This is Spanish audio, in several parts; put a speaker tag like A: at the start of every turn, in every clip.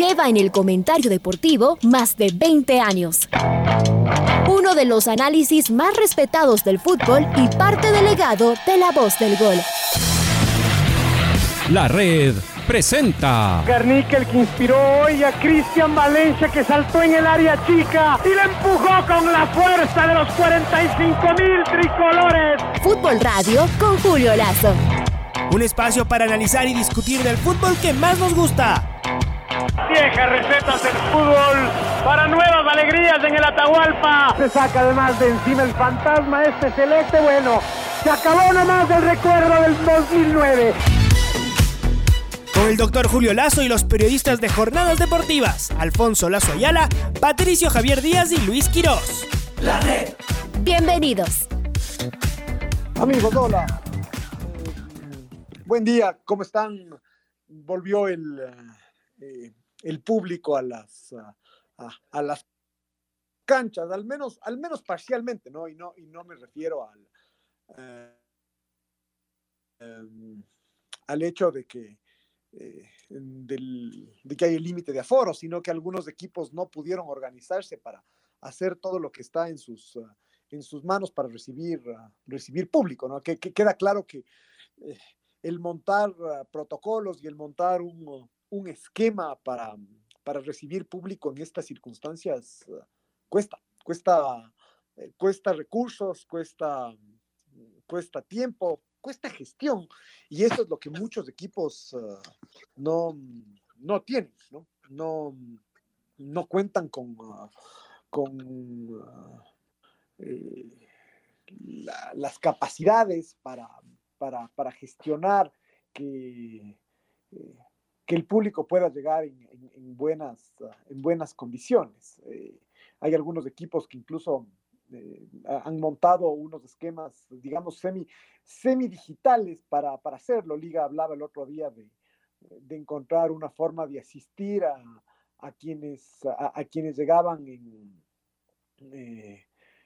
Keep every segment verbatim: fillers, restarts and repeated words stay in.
A: lleva en el comentario deportivo más de veinte años. Uno de los análisis más respetados del fútbol y parte del legado de La Voz del Gol.
B: La Red presenta
C: Garnica, el que inspiró hoy a Cristian Valencia, que saltó en el área chica y la empujó con la fuerza de los cuarenta y cinco mil tricolores.
A: Fútbol Radio con Julio Lazo.
D: Un espacio para analizar y discutir del fútbol que más nos gusta.
C: Viejas recetas del fútbol para nuevas alegrías en el Atahualpa. Se saca además de encima el fantasma este celeste. Bueno, se acabó nomás el recuerdo del dos mil nueve.
D: Con el doctor Julio Lazo y los periodistas de Jornadas Deportivas, Alfonso Lazo Ayala, Patricio Javier Díaz y Luis Quirós.
A: La Red. Bienvenidos.
E: Amigos, hola. Buen día, ¿cómo están? Volvió el, eh, el público a las, a, a las canchas, al menos, al menos parcialmente, ¿no? Y no, y no me refiero al, eh, eh, al hecho de que, eh, del, de que hay el límite de aforo, sino que algunos equipos no pudieron organizarse para hacer todo lo que está en sus, uh, en sus manos para recibir, uh, recibir público, ¿no? Que, que queda claro que eh, el montar uh, protocolos y el montar un, uh, un esquema para, para recibir público en estas circunstancias uh, cuesta, cuesta, eh, cuesta recursos, cuesta, cuesta tiempo, cuesta gestión, y eso es lo que muchos equipos uh, no, no tienen, ¿no? No, no cuentan con, uh, con uh, eh, la, las capacidades para Para, para gestionar que, eh, que el público pueda llegar en, en, en, buenas, uh, en buenas condiciones. Eh, hay algunos equipos que incluso eh, han montado unos esquemas, digamos, semi, semi-digitales para, para hacerlo. Liga hablaba el otro día de, de encontrar una forma de asistir a, a, quienes, a, a quienes llegaban en... Eh,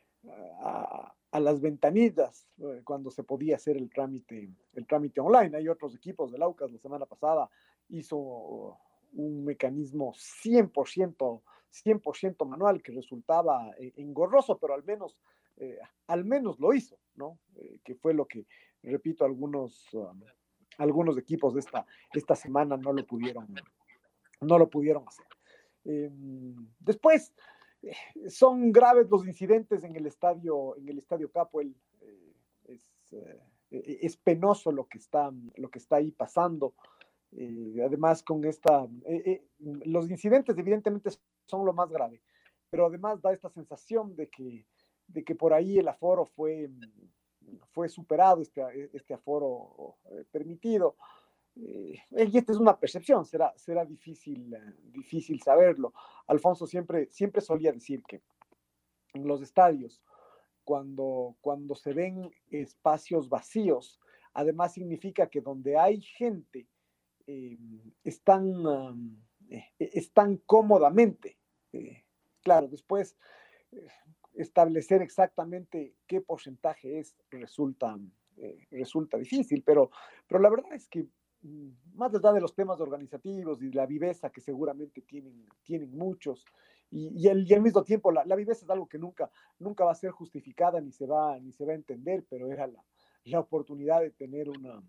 E: A, a las ventanillas eh, cuando se podía hacer el trámite, el trámite online. Hay otros equipos del Aucas, la semana pasada hizo un mecanismo cien por ciento, cien por ciento manual que resultaba eh, engorroso, pero al menos, eh, al menos lo hizo, ¿no? Eh, que fue lo que, repito, algunos, um, algunos equipos de esta, esta semana no lo pudieron, no lo pudieron hacer. Eh, después, son graves los incidentes en el estadio, en el estadio Capuel. Eh, es, eh, es penoso lo que está, lo que está ahí pasando. Eh, además, con esta, eh, eh, los incidentes evidentemente son lo más grave, pero además da esta sensación de que, de que por ahí el aforo fue, fue superado, este, este aforo eh, permitido. Eh, y esta es una percepción, será, será difícil, eh, difícil saberlo. Alfonso siempre, siempre solía decir que en los estadios, cuando, cuando se ven espacios vacíos, además significa que donde hay gente, eh, están, um, eh, están cómodamente. Eh, claro, después eh, establecer exactamente qué porcentaje es resulta, eh, resulta difícil, pero, pero la verdad es que más allá de los temas organizativos y la viveza que seguramente tienen, tienen muchos, y, y, el, y al mismo tiempo la, la viveza es algo que nunca, nunca va a ser justificada ni se va, ni se va a entender, pero era la, la oportunidad de tener una,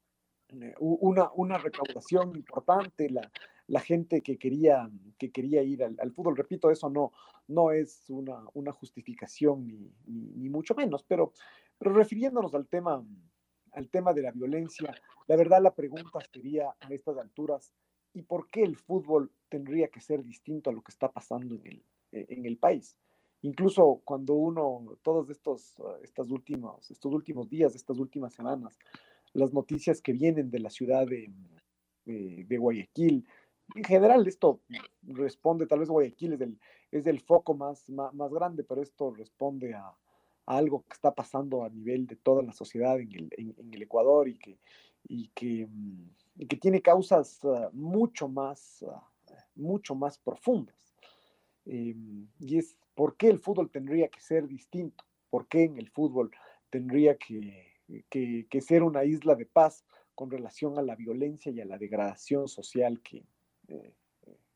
E: una, una recaudación importante, la, la gente que quería, que quería ir al, al fútbol. Repito, eso no, no es una, una justificación ni, ni, ni mucho menos, pero, pero refiriéndonos al tema, al tema de la violencia, la verdad la pregunta sería a estas alturas, ¿y por qué el fútbol tendría que ser distinto a lo que está pasando en el, en el país? Incluso cuando uno, todos estos, estos, últimos, estos últimos días, estas últimas semanas, las noticias que vienen de la ciudad de, de, de Guayaquil, en general esto responde, tal vez Guayaquil es el, es el foco más, más, más grande, pero esto responde a, a algo que está pasando a nivel de toda la sociedad en el, en, en el Ecuador y que, y que, y que tiene causas uh, mucho más, uh, mucho más profundas. Eh, y es por qué el fútbol tendría que ser distinto, por qué en el fútbol tendría que, que, que ser una isla de paz con relación a la violencia y a la degradación social que, eh,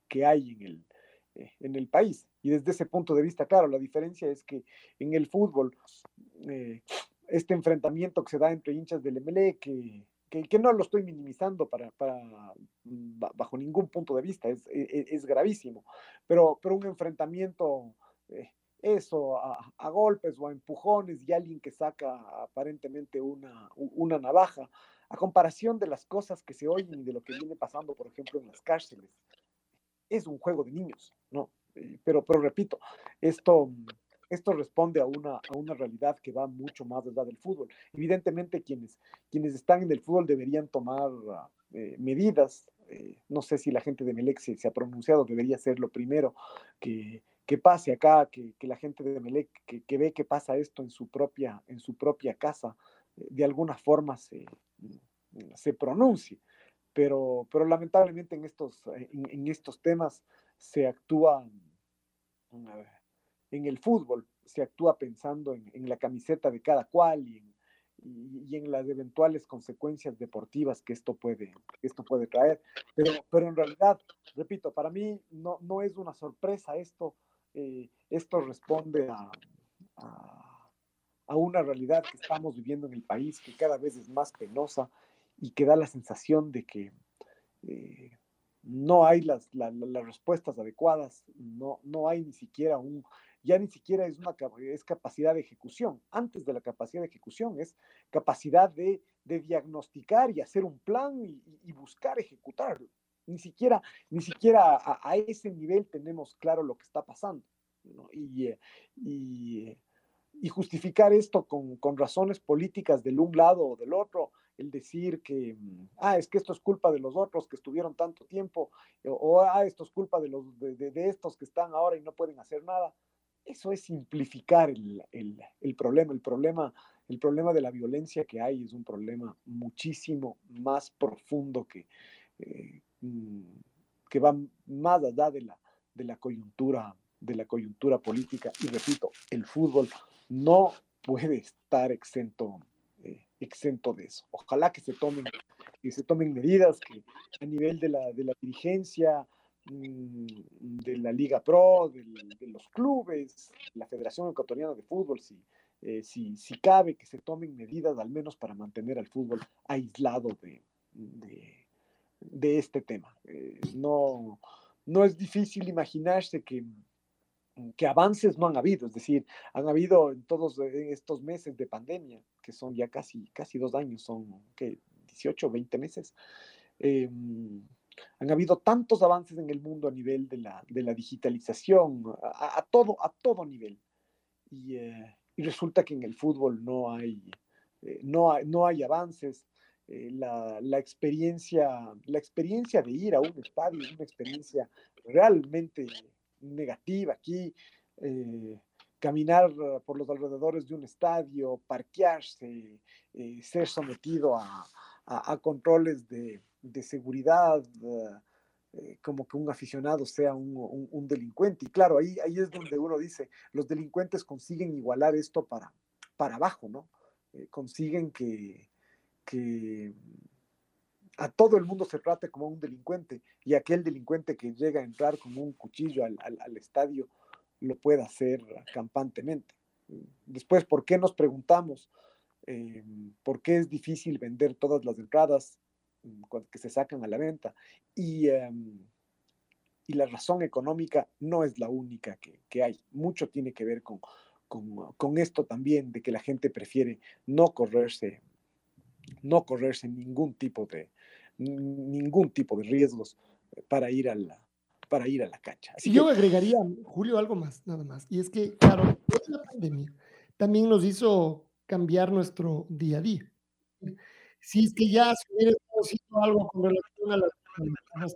E: que hay en el, eh, en el país. Y desde ese punto de vista, claro, la diferencia es que en el fútbol, eh, este enfrentamiento que se da entre hinchas del Emelec, que, que, que no lo estoy minimizando para, para, bajo ningún punto de vista, es, es, es gravísimo, pero, pero un enfrentamiento... Eh, eso, a, a golpes o a empujones y alguien que saca aparentemente una, una navaja, a comparación de las cosas que se oyen y de lo que viene pasando, por ejemplo, en las cárceles, es un juego de niños, ¿no? Eh, pero, pero repito, esto, esto responde a una, a una realidad que va mucho más allá del fútbol. Evidentemente, quienes, quienes están en el fútbol deberían tomar eh, medidas. Eh, no sé si la gente de Melec se, se ha pronunciado, debería ser lo primero que que pase acá, que, que la gente de Melec, que, que ve que pasa esto en su propia, en su propia casa, de alguna forma se, se pronuncie. Pero, pero lamentablemente en estos, en, en estos temas se actúa, en el fútbol, se actúa pensando en, en la camiseta de cada cual y en, y, y en las eventuales consecuencias deportivas que esto puede, que esto puede traer. Pero, pero en realidad, repito, para mí no, no es una sorpresa esto. Eh, esto responde a, a, a una realidad que estamos viviendo en el país, que cada vez es más penosa y que da la sensación de que eh, no hay las, la, las respuestas adecuadas, no, no hay ni siquiera un, ya ni siquiera es una es capacidad de ejecución. Antes de la capacidad de ejecución es capacidad de, de diagnosticar y hacer un plan y, y buscar ejecutarlo. Ni siquiera, ni siquiera a, a ese nivel tenemos claro lo que está pasando, ¿no? Y, y, y justificar esto con, con razones políticas del un lado o del otro, el decir que, ah, es que esto es culpa de los otros que estuvieron tanto tiempo, o, o ah, esto es culpa de, los, de, de, de estos que están ahora y no pueden hacer nada. Eso es simplificar el, el, el problema. El problema. El problema de la violencia que hay es un problema muchísimo más profundo que... Eh, que va más allá de la, de la coyuntura de la coyuntura política. Y repito, el fútbol no puede estar exento, eh, exento de eso. Ojalá que se tomen, que se tomen medidas que a nivel de la, de la dirigencia, de la Liga Pro, de, de los clubes, la Federación Ecuatoriana de Fútbol, si, eh, si, si cabe que se tomen medidas al menos para mantener al fútbol aislado de, de de este tema. Eh, no, no es difícil imaginarse que, que avances no han habido, es decir, han habido en todos estos meses de pandemia, que son ya casi, casi dos años, son ¿qué? dieciocho, veinte meses, eh, han habido tantos avances en el mundo a nivel de la, de la digitalización, a, a, todo, a todo nivel, y, eh, y resulta que en el fútbol no hay, eh, no hay, no hay avances. Eh, la, la, experiencia, la experiencia de ir a un estadio es una experiencia realmente negativa. Aquí, eh, caminar por los alrededores de un estadio, parquearse, eh, ser sometido a, a, a controles de, de seguridad, eh, como que un aficionado sea un, un, un delincuente. Y claro, ahí, ahí es donde uno dice, los delincuentes consiguen igualar esto para, para abajo, ¿no? Eh, consiguen que que a todo el mundo se trate como un delincuente y aquel delincuente que llega a entrar con un cuchillo al, al, al estadio lo pueda hacer campantemente. Después, ¿por qué nos preguntamos eh, por qué es difícil vender todas las entradas que se sacan a la venta? Y, um, y la razón económica no es la única que, que hay. Mucho tiene que ver con, con, con esto también, de que la gente prefiere no correrse no correrse ningún tipo de ningún tipo de riesgos para ir a la, para ir a la cancha.
F: Así yo que... agregaría, Julio, algo más, nada más, y es que, claro, la pandemia también nos hizo cambiar nuestro día a día. Si es que ya se hubiera sido algo con relación a las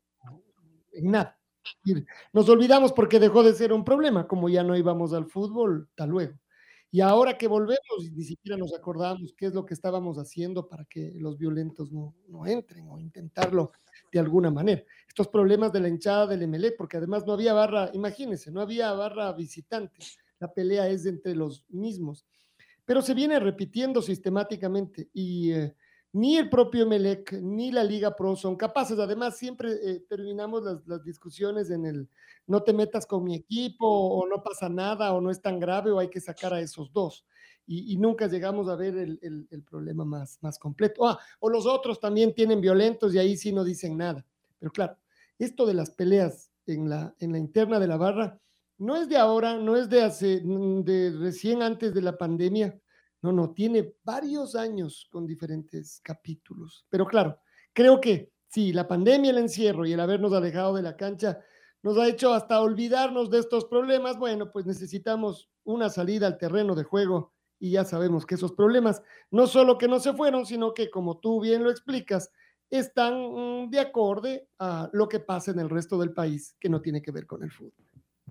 F: en nada. Nos olvidamos porque dejó de ser un problema, como ya no íbamos al fútbol, hasta luego. Y ahora que volvemos, ni siquiera nos acordamos qué es lo que estábamos haciendo para que los violentos no, no entren o intentarlo de alguna manera. Estos problemas de la hinchada del Emelec, porque además no había barra, imagínense, no había barra visitante, la pelea es entre los mismos, pero se viene repitiendo sistemáticamente y eh, ni el propio Emelec, ni la Liga Pro son capaces. Además, siempre eh, terminamos las, las discusiones en el no te metas con mi equipo, o no pasa nada, o no es tan grave, o hay que sacar a esos dos. Y, y nunca llegamos a ver el, el, el problema más, más completo. Ah, o los otros también tienen violentos y ahí sí no dicen nada. Pero claro, esto de las peleas en la, en la interna de la barra no es de ahora, no es de hace, de recién antes de la pandemia. No, no, tiene varios años con diferentes capítulos. Pero claro, creo que sí, la pandemia, el encierro y el habernos alejado de la cancha nos ha hecho hasta olvidarnos de estos problemas. Bueno, pues necesitamos una salida al terreno de juego y ya sabemos que esos problemas no solo que no se fueron, sino que, como tú bien lo explicas, están mm, de acorde a lo que pasa en el resto del país, que no tiene que ver con el fútbol.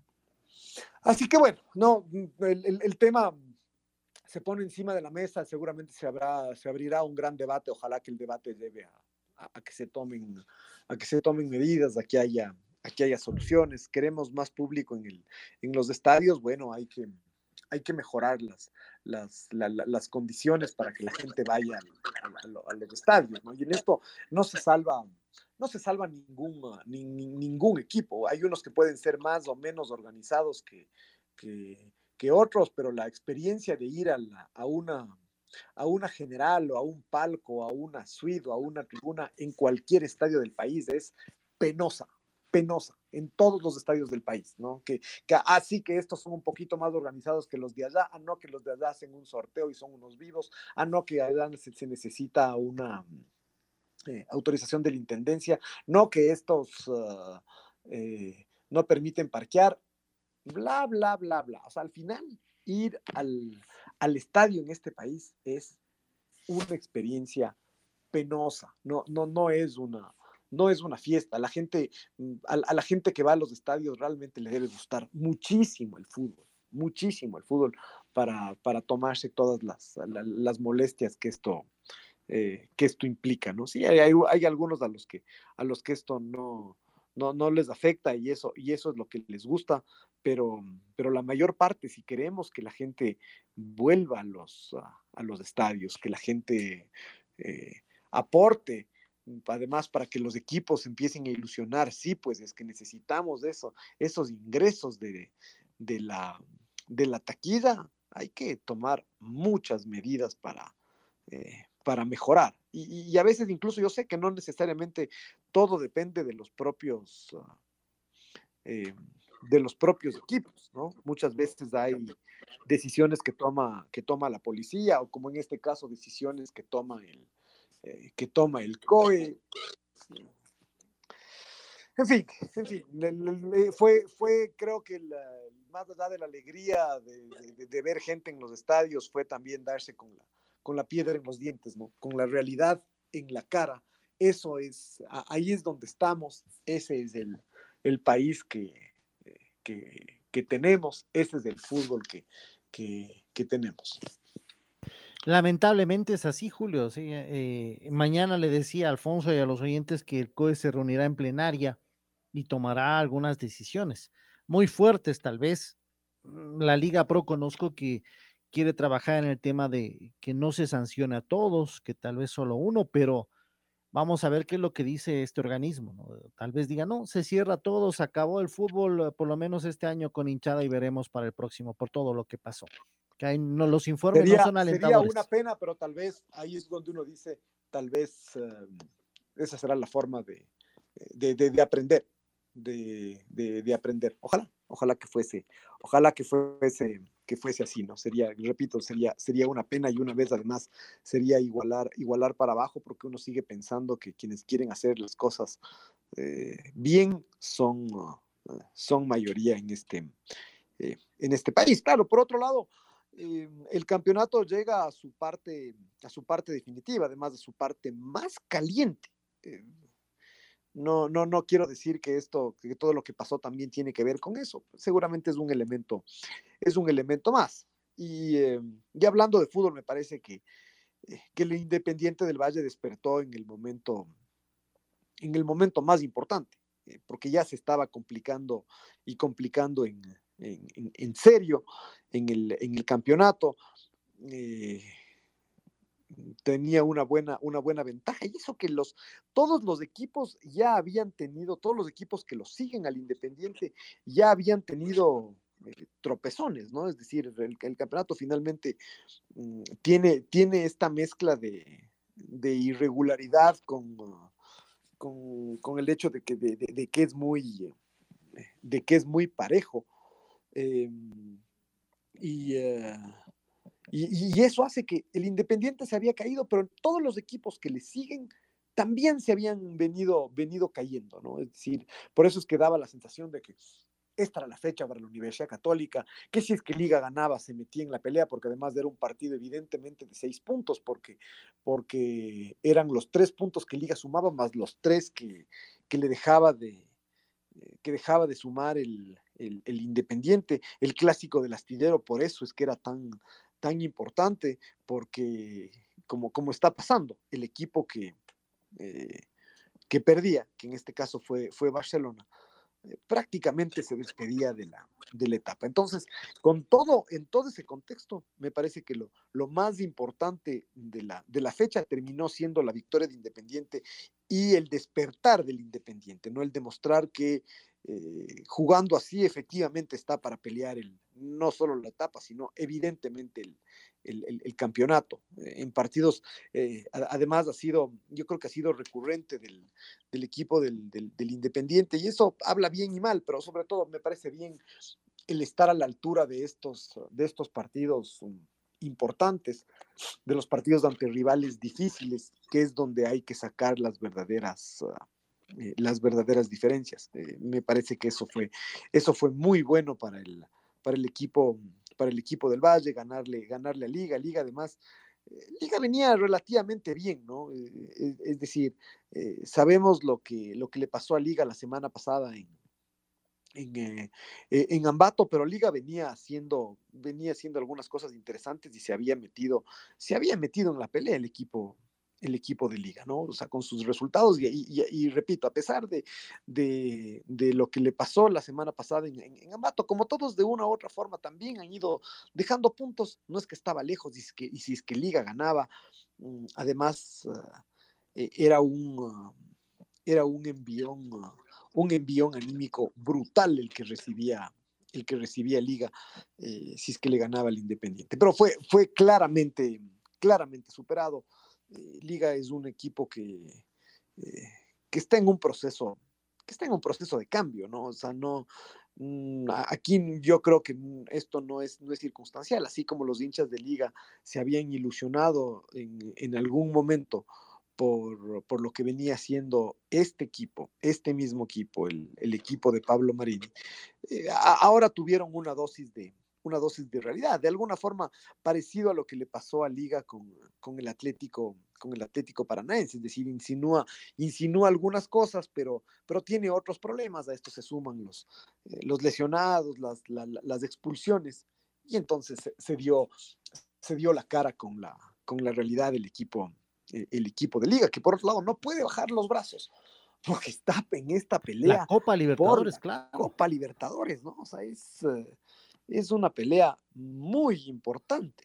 E: Así que bueno, no, el, el, el tema se pone encima de la mesa, seguramente se, habrá, se abrirá un gran debate, ojalá que el debate lleve a, a, a que se tomen, a que se tomen medidas, a que haya, a que haya soluciones. Queremos más público en, el, en los estadios, bueno, hay que, hay que mejorar las, las, la, la, las condiciones para que la gente vaya a, a, a los estadios, ¿no? Y en esto no se salva, no se salva ningún, ni, ni, ningún equipo. Hay unos que pueden ser más o menos organizados que, que, que otros, pero la experiencia de ir a, la, a, una, a una general o a un palco, a una suite o a una tribuna en cualquier estadio del país es penosa. penosa en todos los estadios del país, ¿no? Que, que así que estos son un poquito más organizados que los de allá, a no que los de allá hacen un sorteo y son unos vivos, a no que allá se, se necesita una eh, autorización de la intendencia, no que estos uh, eh, no permiten parquear, bla, bla, bla, bla. O sea, al final, ir al, al estadio en este país es una experiencia penosa, no, no, no es una no es una fiesta. La gente, a, a la gente que va a los estadios realmente le debe gustar muchísimo el fútbol, muchísimo el fútbol para, para tomarse todas las, la, las molestias que esto, eh, que esto implica, ¿no? Sí, hay, hay algunos a los que, a los que esto no, no, no les afecta y eso, y eso es lo que les gusta, pero, pero la mayor parte, si queremos que la gente vuelva a los, a, a los estadios, que la gente eh, aporte, además para que los equipos empiecen a ilusionar, sí, pues es que necesitamos eso, esos ingresos de, de, la, de la taquilla, hay que tomar muchas medidas para, eh, para mejorar. Y, y a veces incluso yo sé que no necesariamente todo depende de los propios, uh, eh, de los propios equipos, ¿no? Muchas veces hay decisiones que toma, que toma la policía, o como en este caso, decisiones que toma el Eh, que toma el C O E. En fin, en fin, le, le, fue, fue creo que la, más allá de la alegría de, de, de ver gente en los estadios, fue también darse con la, con la piedra en los dientes, ¿no? Con la realidad en la cara. Eso es, ahí es donde estamos, ese es el, el país que, que, que tenemos, ese es el fútbol que, que, que tenemos.
G: Lamentablemente es así, Julio. Sí, eh, mañana le decía a Alfonso y a los oyentes que el C O E se reunirá en plenaria y tomará algunas decisiones muy fuertes, tal vez. La Liga Pro conozco que quiere trabajar en el tema de que no se sancione a todos, que tal vez solo uno, pero vamos a ver qué es lo que dice este organismo, ¿no? Tal vez diga, no, se cierra todo, se acabó el fútbol, por lo menos este año con hinchada y veremos para el próximo por todo lo que pasó. Que hay, no, los informes
E: sería,
G: no son alentadores.
E: Sería una pena, pero tal vez ahí es donde uno dice, tal vez uh, esa será la forma de, de, de, de aprender, de, de, de aprender. Ojalá, ojalá que fuese, ojalá que fuese, que fuese así, ¿no? Sería, repito, sería, sería una pena y una vez además sería igualar, igualar para abajo porque uno sigue pensando que quienes quieren hacer las cosas eh, bien son, uh, son mayoría en este, eh, en este país. Claro, por otro lado, Eh, el campeonato llega a su parte, a su parte definitiva, además de su parte más caliente. Eh, no, no, no quiero decir que esto, que todo lo que pasó también tiene que ver con eso. Seguramente es un elemento, es un elemento más. Y, eh, y hablando de fútbol, me parece que, eh, que el Independiente del Valle despertó en el momento, en el momento más importante, eh, porque ya se estaba complicando y complicando en En, en, en serio en el, en el campeonato. Eh, tenía una buena, una buena ventaja, y eso que los, todos los equipos ya habían tenido, todos los equipos que lo siguen al Independiente ya habían tenido eh, tropezones, ¿no? Es decir, el, el campeonato finalmente mm, tiene, tiene esta mezcla de, de irregularidad con, uh, con, con, el hecho de que, de, de, de que es muy, de que es muy parejo. Eh, y... Uh, Y, y eso hace que el Independiente se había caído, pero todos los equipos que le siguen también se habían venido, venido cayendo, ¿no? Es decir, por eso es que daba la sensación de que esta era la fecha para la Universidad Católica, que si es que Liga ganaba se metía en la pelea, porque además era un partido evidentemente de seis puntos, porque, porque eran los tres puntos que Liga sumaba más los tres que, que le dejaba de, que dejaba de sumar el, el, el Independiente, el clásico del astillero, por eso es que era tan, tan importante, porque como, como está pasando, el equipo que, eh, que perdía, que en este caso fue, fue Barcelona, eh, prácticamente se despedía de la, de la etapa. Entonces, con todo, en todo ese contexto, me parece que lo, lo más importante de la, de la fecha terminó siendo la victoria de Independiente y el despertar del Independiente, ¿no? El demostrar que eh, jugando así efectivamente está para pelear el, no solo la etapa, sino evidentemente el, el, el, el campeonato. Eh, en partidos, eh, además ha sido, yo creo que ha sido recurrente del, del equipo del, del, del Independiente, y eso habla bien y mal, pero sobre todo me parece bien el estar a la altura de estos, de estos partidos um, importantes, de los partidos ante rivales difíciles, que es donde hay que sacar las verdaderas, uh, eh, las verdaderas diferencias. Eh, me parece que eso fue, eso fue muy bueno para el, para el equipo, para el equipo del Valle, ganarle, ganarle a Liga. Liga además, eh, Liga venía relativamente bien, ¿no? Eh, es, es decir, eh, sabemos lo que, lo que le pasó a Liga la semana pasada en En, eh, en Ambato, pero Liga venía haciendo, venía haciendo algunas cosas interesantes y se había metido, se había metido en la pelea el equipo, el equipo de Liga, ¿no? O sea, con sus resultados, y, y, y repito, a pesar de, de, de, lo que le pasó la semana pasada en, en, en, Ambato, como todos de una u otra forma también han ido dejando puntos, no es que estaba lejos, y, es que, y si es que Liga ganaba, um, además uh, era un, uh, era un envión, uh, un envión anímico brutal el que recibía el que recibía Liga, eh, si es que le ganaba al Independiente. Pero fue, fue claramente, claramente superado. Eh, Liga es un equipo que, eh, que está en un proceso, que está en un proceso de cambio, ¿no? O sea, no, mmm, aquí yo creo que esto no es, no es circunstancial, así como los hinchas de Liga se habían ilusionado en, en algún momento Por, por lo que venía haciendo este equipo, este mismo equipo, el, el equipo de Pablo Marini, eh, a, ahora tuvieron una dosis de una dosis de realidad, de alguna forma parecido a lo que le pasó a Liga con, con el Atlético, con el Atlético Paranaense, es decir, insinúa, insinúa algunas cosas, pero, pero tiene otros problemas, a esto se suman los, eh, los lesionados, las, la, las expulsiones, y entonces se, se, dio, se dio la cara con la, con la realidad del equipo el equipo de Liga, que por otro lado no puede bajar los brazos, porque está en esta pelea
G: la Copa Libertadores,
E: por
G: claro.
E: Copa Libertadores, ¿no? O sea, es, es una pelea muy importante.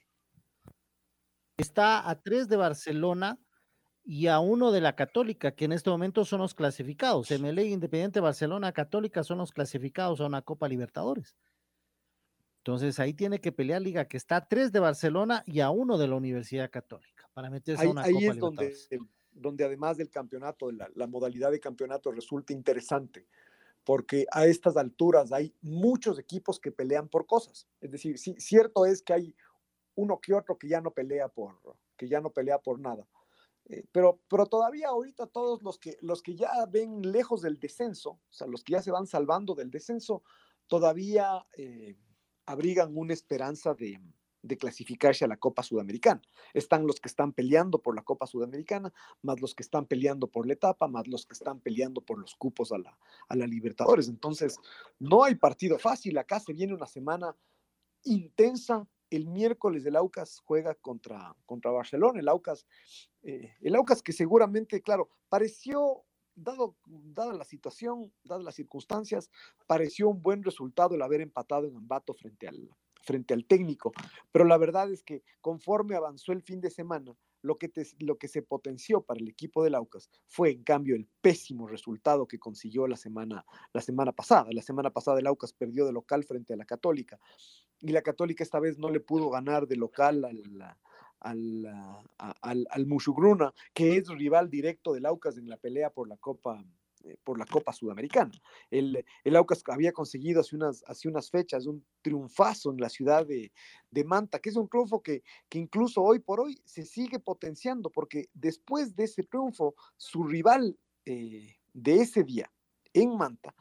G: Está a tres de Barcelona y a uno de la Católica, que en este momento son los clasificados. M L E, Independiente, Barcelona, Católica son los clasificados a una Copa Libertadores. Entonces ahí tiene que pelear Liga, que está a tres de Barcelona y a uno de la Universidad Católica, para meterse
E: ahí,
G: a una
E: ahí
G: Copa
E: es
G: Libertadores.
E: Donde, donde además del campeonato, la, la modalidad de campeonato resulta interesante, porque a estas alturas hay muchos equipos que pelean por cosas. Es decir, sí, cierto es que hay uno que otro que ya no pelea por, que ya no pelea por nada. Eh, pero, pero todavía ahorita todos los que, los que ya ven lejos del descenso, o sea, los que ya se van salvando del descenso, todavía eh, abrigan una esperanza de, de clasificarse a la Copa Sudamericana. Están los que están peleando por la Copa Sudamericana, más los que están peleando por la etapa, más los que están peleando por los cupos a la, a la Libertadores. Entonces, no hay partido fácil. Acá se viene una semana intensa. El miércoles el Aucas juega contra, contra Barcelona. El Aucas, eh, el Aucas que seguramente, claro, pareció, dado, dada la situación, dadas las circunstancias, pareció un buen resultado el haber empatado en Ambato frente al, frente al técnico. Pero la verdad es que conforme avanzó el fin de semana, lo que, te, lo que se potenció para el equipo del Aucas fue, en cambio, el pésimo resultado que consiguió la semana, la semana pasada. La semana pasada el Aucas perdió de local frente a la Católica, y la Católica esta vez no le pudo ganar de local al, al, al, al Mushugruna, que es rival directo del Aucas en la pelea por la Copa por la Copa Sudamericana. El, el Aucas había conseguido hace unas, hace unas fechas un triunfazo en la ciudad de, de Manta, que es un triunfo que, que incluso hoy por hoy se sigue potenciando, porque después de ese triunfo, su rival eh, de ese día en Manta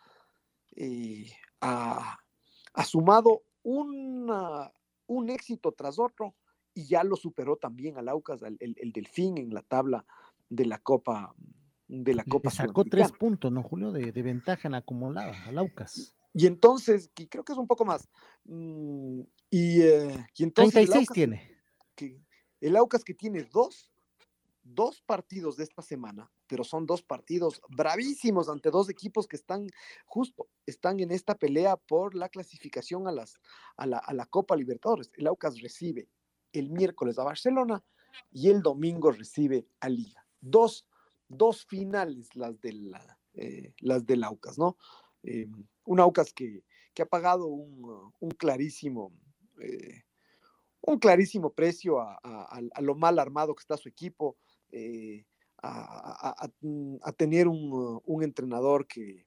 E: eh, ha, ha sumado una, un éxito tras otro, y ya lo superó también al Aucas, el, el, el Delfín, en la tabla de la Copa de la Copa
G: Le sacó tres puntos, ¿no, Julio? De, de ventaja en acumulada al Aucas.
E: Y entonces, que creo que es un poco más. Mm, y, eh, y entonces
G: treinta y seis
E: el Aucas,
G: tiene.
E: Que, el Aucas que tiene dos, dos partidos de esta semana, pero son dos partidos bravísimos ante dos equipos que están justo, están en esta pelea por la clasificación a, las, a, la, a la Copa Libertadores. El Aucas recibe el miércoles a Barcelona y el domingo recibe a Liga. Dos dos finales las del, eh, las del Aucas, ¿no? Eh, un Aucas que, que ha pagado un, un clarísimo eh, un clarísimo precio a, a, a lo mal armado que está su equipo, eh, a, a, a, a tener un, un entrenador que,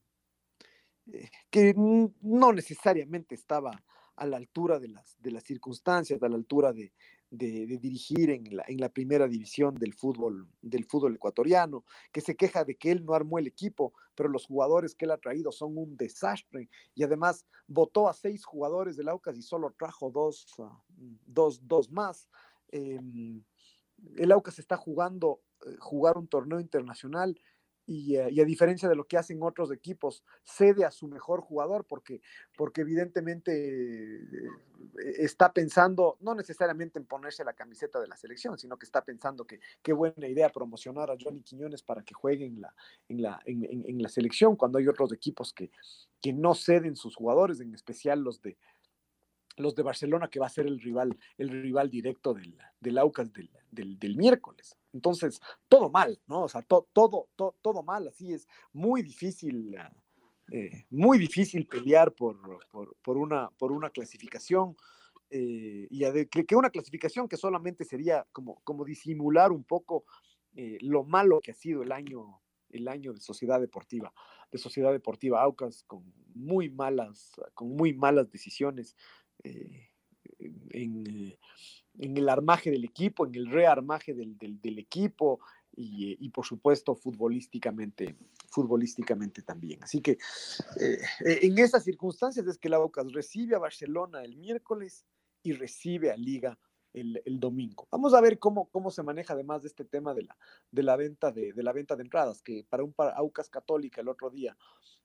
E: eh, que no necesariamente estaba a la altura de las, de las circunstancias, a la altura de, de, de dirigir en la, en la primera división del fútbol, del fútbol ecuatoriano, que se queja de que él no armó el equipo, pero los jugadores que él ha traído son un desastre, y además votó a seis jugadores del Aucas y solo trajo dos, uh, dos, dos más. Eh, el Aucas está jugando, eh, jugar un torneo internacional, Y, uh, y a diferencia de lo que hacen otros equipos, cede a su mejor jugador porque, porque evidentemente eh, está pensando no necesariamente en ponerse la camiseta de la selección, sino que está pensando que qué buena idea promocionar a Johnny Quiñones para que juegue en la, en la, en, en, en la selección, cuando hay otros equipos que, que no ceden sus jugadores, en especial los de los de Barcelona, que va a ser el rival, el rival directo del, del Aucas del, del, del miércoles. Entonces, todo mal, ¿no? O sea, to, todo, to, todo mal, así es muy difícil, eh, muy difícil pelear por, por, por, una, por una clasificación, eh, y de, que, que una clasificación que solamente sería como, como disimular un poco eh, lo malo que ha sido el año, el año de Sociedad Deportiva, de Sociedad Deportiva Aucas, con muy malas, con muy malas decisiones, Eh, en, en el armaje del equipo, en el rearmaje del, del, del equipo, y, y por supuesto futbolísticamente, futbolísticamente también. Así que eh, en esas circunstancias es que el Aucas recibe a Barcelona el miércoles y recibe a Liga el, el domingo. Vamos a ver cómo, cómo se maneja además de este tema de la, de la, venta, de, de la venta de entradas, que para un para Aucas Católica el otro día,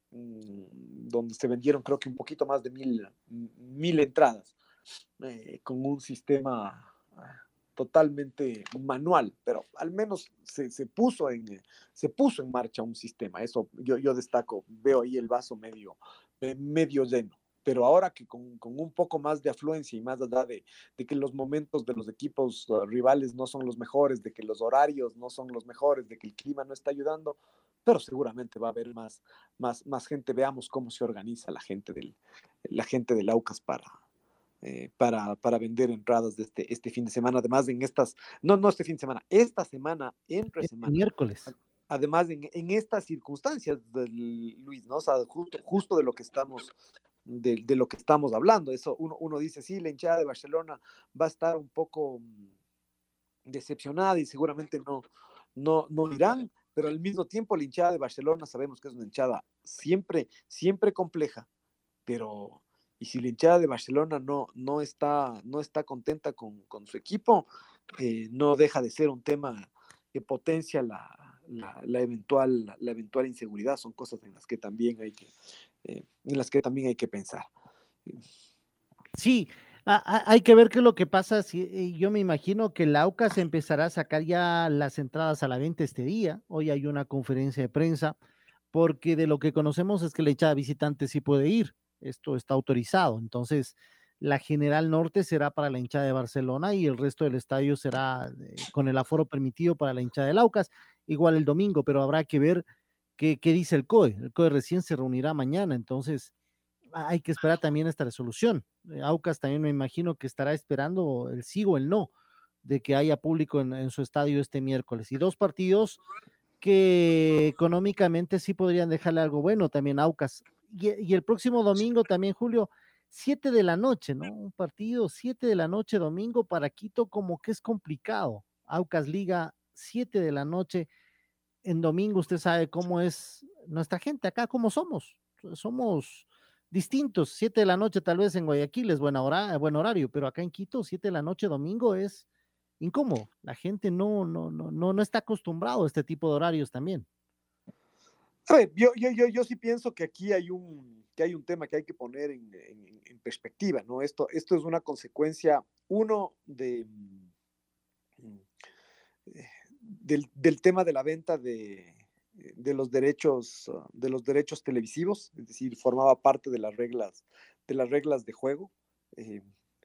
E: donde se vendieron creo que un poquito más de mil, mil entradas, eh, con un sistema totalmente manual, pero al menos se, se, puso en, se puso en marcha un sistema. Eso yo, yo destaco, veo ahí el vaso medio, eh, medio lleno. Pero ahora que con, con un poco más de afluencia y más allá de, de que los momentos de los equipos uh, rivales no son los mejores, de que los horarios no son los mejores, de que el clima no está ayudando, pero seguramente va a haber más, más, más gente. Veamos cómo se organiza la gente del, la gente del Aucas para, eh, para, para vender entradas de este, este fin de semana. Además, en estas, no, no este fin de semana, esta semana, entre
G: este
E: semana.
G: Miércoles.
E: Además, en, en estas circunstancias, del, Luis, ¿no? O sea, justo, justo de lo que estamos... De, de lo que estamos hablando. Eso uno, uno dice, sí, la hinchada de Barcelona va a estar un poco decepcionada y seguramente no, no, no irán, pero al mismo tiempo la hinchada de Barcelona sabemos que es una hinchada siempre, siempre compleja, pero y si la hinchada de Barcelona no, no, está, no está contenta con, con su equipo, eh, no deja de ser un tema que potencia la, la, la, eventual, la, la eventual inseguridad. Son cosas en las que también hay que Eh, en las que también hay que pensar.
G: Sí, a, a, hay que ver qué es lo que pasa. Si, yo me imagino que el Aucas empezará a sacar ya las entradas a la venta este día. Hoy hay una conferencia de prensa, porque de lo que conocemos es que la hinchada visitante sí puede ir. Esto está autorizado. Entonces, la General Norte será para la hinchada de Barcelona y el resto del estadio será eh, con el aforo permitido para la hinchada del Aucas, igual el domingo, pero habrá que ver qué, qué dice el C O E. El C O E recién se reunirá mañana, entonces hay que esperar también esta resolución. Eh, Aucas también me imagino que estará esperando el sí o el no de que haya público en, en su estadio este miércoles. Y dos partidos que económicamente sí podrían dejarle algo bueno también a Aucas. Y, y el próximo domingo también, Julio, siete de la noche, ¿no? Un partido siete de la noche domingo para Quito como que es complicado. Aucas Liga, siete de la noche en domingo, usted sabe cómo es nuestra gente acá, cómo somos. Somos distintos. Siete de la noche tal vez en Guayaquil es buena hora, buen horario, pero acá en Quito, siete de la noche domingo es incómodo. La gente no, no, no, no, no está acostumbrado a este tipo de horarios también.
E: A ver, yo, yo, yo, yo sí pienso que aquí hay un, que hay un tema que hay que poner en, en, en perspectiva, ¿no? Esto, esto es una consecuencia, uno, de, del, del tema de la venta de, de los derechos, de los derechos televisivos, es decir, formaba parte de las reglas, de las reglas de juego. Eh,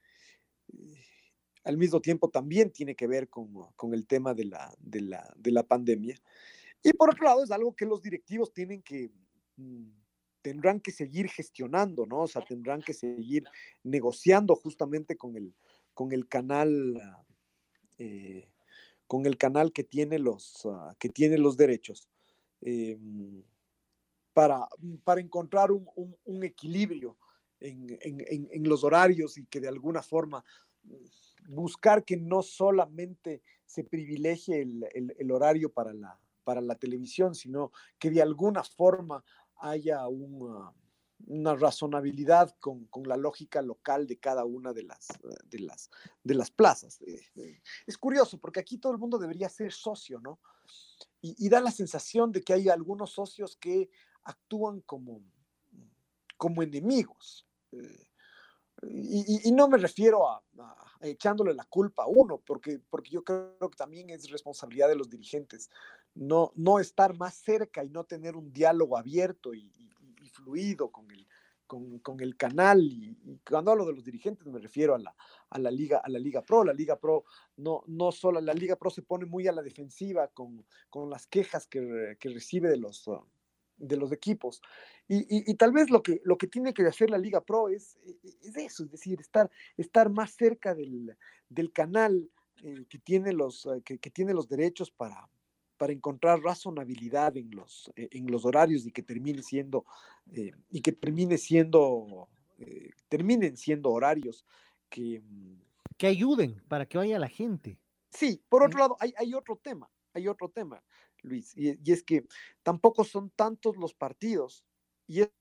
E: al mismo tiempo también tiene que ver con, con el tema de la, de, la, de la pandemia. Y por otro lado, es algo que los directivos tienen que, tendrán que seguir gestionando, ¿no? O sea, tendrán que seguir negociando justamente con el, con el canal, eh, con el canal que tiene los, uh, que tiene los derechos, eh, para, para encontrar un, un, un equilibrio en, en, en, en los horarios y que de alguna forma buscar que no solamente se privilegie el, el, el horario para la, para la televisión, sino que de alguna forma haya una, una razonabilidad con, con la lógica local de cada una de las, de las, de las plazas. Es curioso, porque aquí todo el mundo debería ser socio, ¿no? Y, y da la sensación de que hay algunos socios que actúan como, como enemigos. Y, y, y no me refiero a, a, a echándole la culpa a uno, porque, porque yo creo que también es responsabilidad de los dirigentes no, no estar más cerca y no tener un diálogo abierto y, y, y fluido con el, con, con el canal. Y, y cuando hablo de los dirigentes me refiero a la, a la, Liga, a la Liga Pro. La Liga Pro no, no solo, la Liga Pro se pone muy a la defensiva con, con las quejas que, que recibe de los... Uh, de los equipos, y, y, y tal vez lo que, lo que tiene que hacer la Liga Pro es, es eso, es decir, estar, estar más cerca del, del canal eh, que, tiene los, eh, que, que tiene los derechos para, para encontrar razonabilidad en los, eh, en los horarios y que termine siendo, eh, y que termine siendo, eh, terminen siendo horarios que...
G: Que ayuden para que vaya la gente.
E: Sí, por otro lado, hay, hay otro tema, hay otro tema. Luis, y, y es que tampoco son tantos los partidos. Y es...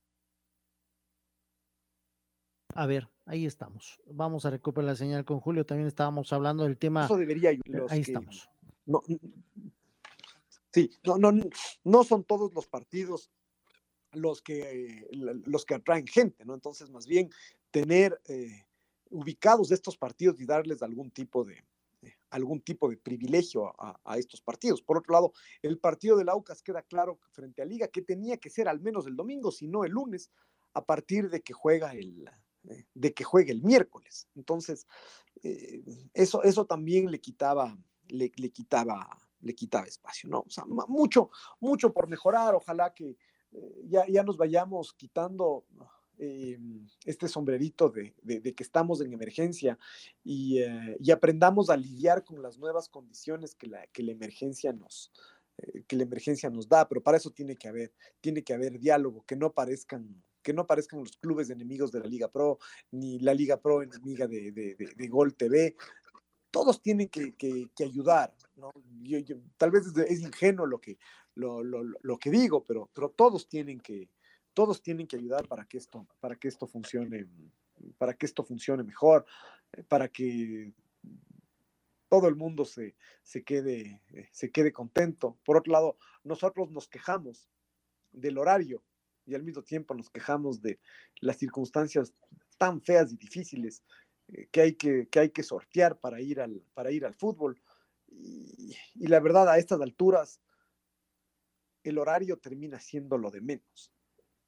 G: A ver, ahí estamos. Vamos a recuperar la señal con Julio. También estábamos hablando del tema.
E: Eso debería los
G: ahí
E: que,
G: estamos.
E: No, sí, no, no, no son todos los partidos los que, los que atraen gente, ¿no? Entonces, más bien, tener eh, ubicados estos partidos y darles algún tipo de, algún tipo de privilegio a, a estos partidos. Por otro lado, el partido del Aucas queda claro frente a Liga que tenía que ser al menos el domingo, si no el lunes, a partir de que juega el, de que juegue el miércoles. Entonces, eh, eso, eso también le quitaba, le, le quitaba, le quitaba espacio, ¿no? O sea, mucho, mucho por mejorar. Ojalá que eh, ya, ya nos vayamos quitando Eh, este sombrerito de, de, de que estamos en emergencia y, eh, y aprendamos a lidiar con las nuevas condiciones que la, que la emergencia nos eh, que la emergencia nos da, pero para eso tiene que haber tiene que haber diálogo, que no parezcan que no parezcan los clubes enemigos de la Liga Pro, ni la Liga Pro enemiga de, de, de, de Gol T V. Todos tienen que, que, que ayudar, ¿no? Yo, yo, tal vez es, es ingenuo lo que, lo, lo, lo que digo, pero, pero todos tienen que todos tienen que ayudar para que esto, para que esto funcione, para que esto funcione mejor, para que todo el mundo se, se, quede, se quede contento. Por otro lado, nosotros nos quejamos del horario y al mismo tiempo nos quejamos de las circunstancias tan feas y difíciles que hay que, que, hay que sortear para ir al, para ir al fútbol. Y, y la verdad, a estas alturas, el horario termina siendo lo de menos.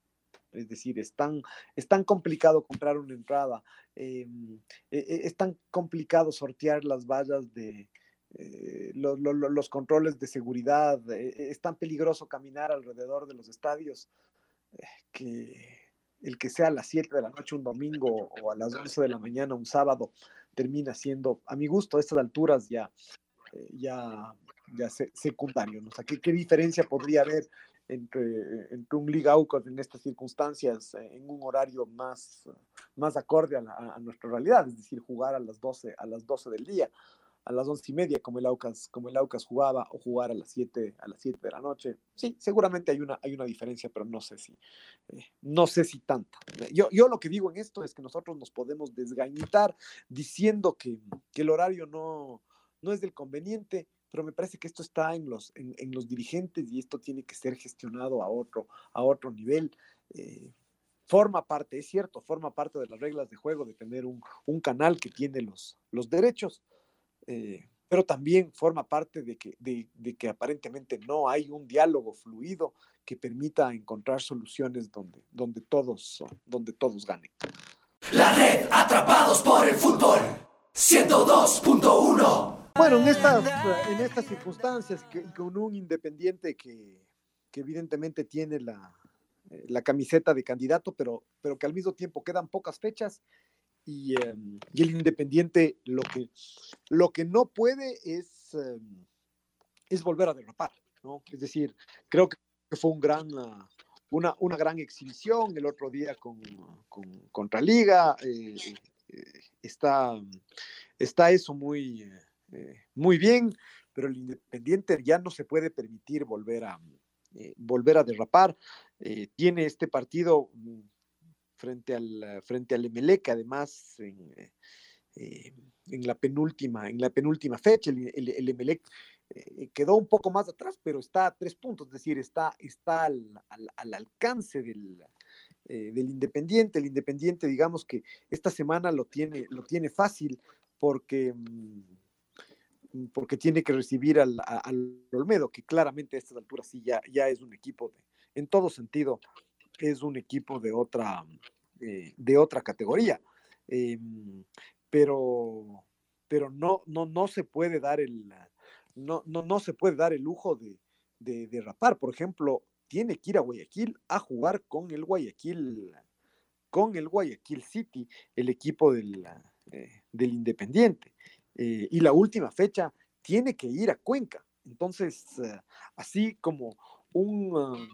E: Es decir, es tan, es tan complicado comprar una entrada, eh, es tan complicado sortear las vallas de eh, lo, lo, los controles de seguridad, eh, es tan peligroso caminar alrededor de los estadios eh, que el que sea a las siete de la noche un domingo o a las once de la mañana un sábado termina siendo, a mi gusto, a estas alturas ya, eh, ya, ya se, secundario, ¿no? O sea, ¿qué, qué diferencia podría haber entre, entre un Liga U en estas circunstancias en un horario más, más acorde a, la, a nuestra realidad? Es decir, jugar a las doce, a las doce del día, a las once y media, como el Aucas, como el Aucas jugaba, o jugar a las siete, a las siete de la noche. Sí, seguramente hay una, hay una diferencia, pero no sé si, eh, no sé si tanta. Yo, yo lo que digo en esto es que nosotros nos podemos desgañitar diciendo que, que el horario no, no es del conveniente, pero me parece que esto está en los, en, en los dirigentes y esto tiene que ser gestionado a otro, a otro nivel. Eh, forma parte, es cierto, forma parte de las reglas de juego de tener un, un canal que tiene los, los derechos, eh, pero también forma parte de que, de, de que aparentemente no hay un diálogo fluido que permita encontrar soluciones donde, donde, todos, donde todos ganen.
H: La red, atrapados por el fútbol, ciento dos punto uno.
E: Bueno, en estas, en estas circunstancias, que, con un Independiente que, que evidentemente tiene la, la camiseta de candidato, pero, pero que al mismo tiempo quedan pocas fechas, y, eh, y el Independiente lo que, lo que no puede es, eh, es volver a derrapar, ¿no? Es decir, creo que fue un gran, uh, una, una gran exhibición el otro día con, con, contra Liga, eh, eh, está, está eso muy... Eh, Eh, muy bien, pero el Independiente ya no se puede permitir volver a, eh, volver a derrapar. Eh, tiene este partido frente al, frente al Emelec, además en, eh, en, la penúltima, en la penúltima fecha. El, el, el Emelec eh, quedó un poco más atrás, pero está a tres puntos, es decir, está, está al, al, al alcance del, eh, del Independiente. El Independiente, digamos que esta semana lo tiene, lo tiene fácil porque... Mmm, porque tiene que recibir al, al Olmedo, que claramente a estas alturas sí ya, ya es un equipo, de, en todo sentido, es un equipo de otra, eh, de otra categoría. Eh, pero pero no, no, no se puede dar el, no, no, no se puede dar el lujo de, de, de rapar. Por ejemplo, tiene que ir a Guayaquil a jugar con el Guayaquil, con el Guayaquil City, el equipo del, eh, del Independiente. Eh, y la última fecha tiene que ir a Cuenca. Entonces, uh, así como un,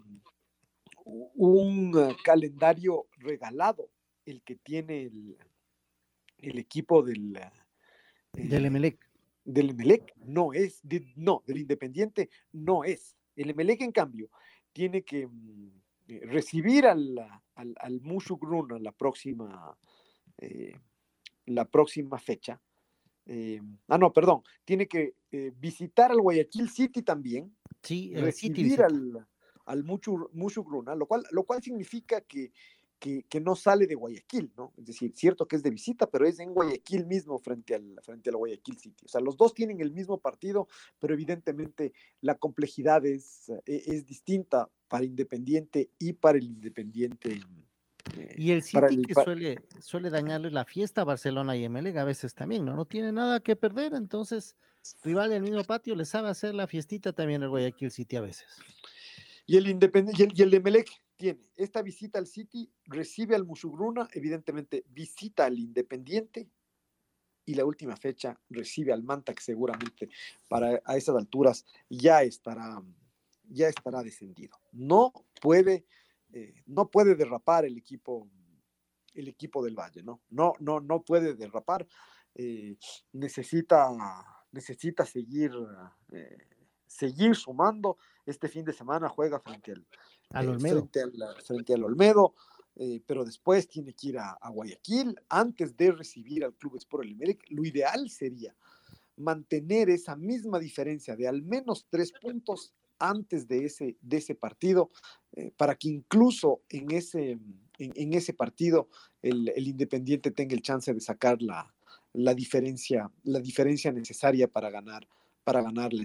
E: uh, un uh, calendario regalado, el que tiene el, el equipo del, uh,
G: del Emelec.
E: Del Emelec, no es, de, no, del Independiente no es. El Emelec, en cambio, tiene que um, recibir al, al, al Mushugruna la próxima, eh, la próxima fecha. Eh, ah, no, perdón, tiene que eh, visitar al Guayaquil City también,
G: sí,
E: recibir City al, al Mushugruna, lo cual, lo cual significa que, que, que no sale de Guayaquil, ¿no? Es decir, cierto que es de visita, pero es en Guayaquil mismo frente al, frente al Guayaquil City. O sea, los dos tienen el mismo partido, pero evidentemente la complejidad es, es distinta para Independiente y para el Independiente.
G: Y el City el, que suele, suele dañarle la fiesta a Barcelona y Emelec a veces también, ¿no? No tiene nada que perder, entonces rival del mismo patio le sabe hacer la fiestita también el Guayaquil City a veces.
E: Y el Independiente y el, y el Emelec tiene esta visita al City, recibe al Mushugruna, evidentemente visita al Independiente y la última fecha recibe al Manta, que seguramente para a esas alturas ya estará, ya estará descendido. No puede Eh, no puede derrapar el equipo, el equipo del Valle, ¿no? No, no, no puede derrapar. Eh, necesita, necesita seguir, eh, seguir sumando. Este fin de semana juega frente al,
G: al
E: eh,
G: Olmedo.
E: Frente al, frente al Olmedo, eh, pero después tiene que ir a, a Guayaquil antes de recibir al Club Sport Emelec. Lo ideal sería mantener esa misma diferencia de al menos tres puntos antes de ese, de ese partido, eh, para que incluso en ese, en, en ese partido el, el Independiente tenga el chance de sacar la, la, diferencia, la diferencia necesaria para ganar, para ganar la etapa.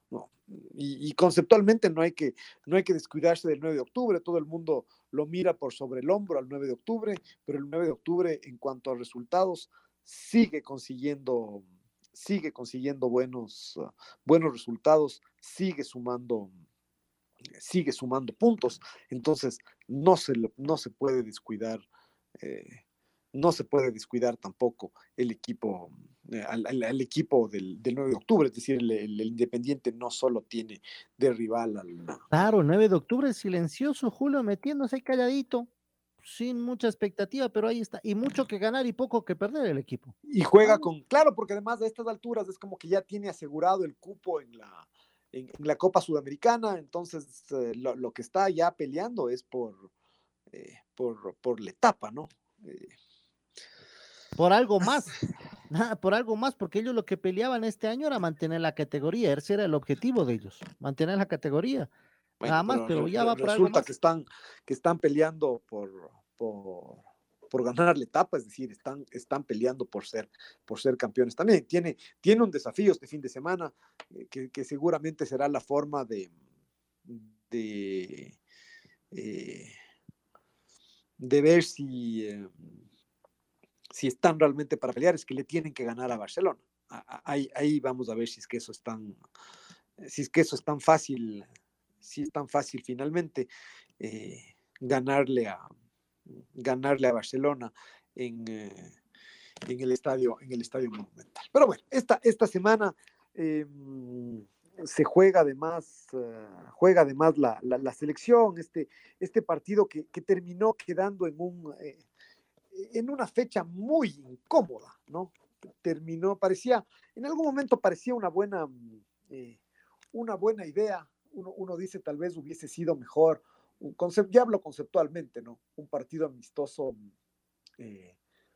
E: No. Y, y conceptualmente no hay, que, no hay que descuidarse del nueve de octubre, todo el mundo lo mira por sobre el hombro al nueve de octubre, pero el nueve de octubre en cuanto a resultados sigue consiguiendo, sigue consiguiendo buenos, uh, buenos resultados, sigue sumando, sigue sumando puntos, entonces no se, no se puede descuidar, eh, no se puede descuidar tampoco el equipo, eh, al, al, al, equipo del, del nueve de octubre, es decir, el, el, el Independiente no solo tiene de rival al...
G: Claro, el nueve de octubre silencioso, Julio, metiéndose calladito, sin mucha expectativa, pero ahí está, y mucho que ganar y poco que perder el equipo.
E: Y juega ah. con, claro, porque además de estas alturas es como que ya tiene asegurado el cupo en la, en, en la Copa Sudamericana, entonces eh, lo, lo que está ya peleando es por, eh, por, por la etapa, ¿no? Eh,
G: por algo más, por algo más, porque ellos lo que peleaban este año era mantener la categoría, ese era el objetivo de ellos, mantener la categoría.
E: Bueno,
G: nada más,
E: pero,
G: pero ya va por
E: resulta
G: algo más.
E: que están, que están peleando por, por, por ganar la etapa, es decir, están, están peleando por ser, por ser campeones también. Tiene, tiene un desafío este fin de semana eh, que, que seguramente será la forma de, de, eh, de ver si, eh, si están realmente para pelear, es que le tienen que ganar a Barcelona. Ahí, ahí vamos a ver si es que eso es tan, si es que eso es tan fácil. Si es tan fácil finalmente eh, ganarle a ganarle a Barcelona en, eh, en el estadio en el estadio Monumental. Pero bueno, esta, esta semana eh, se juega además uh, juega además la, la, la selección, este, este partido que, que terminó quedando en un eh, en una fecha muy incómoda, ¿no? Terminó, parecía, en algún momento parecía una buena eh, una buena idea. Uno, uno dice tal vez hubiese sido mejor, un concept, ya hablo conceptualmente, ¿no? Un partido amistoso eh,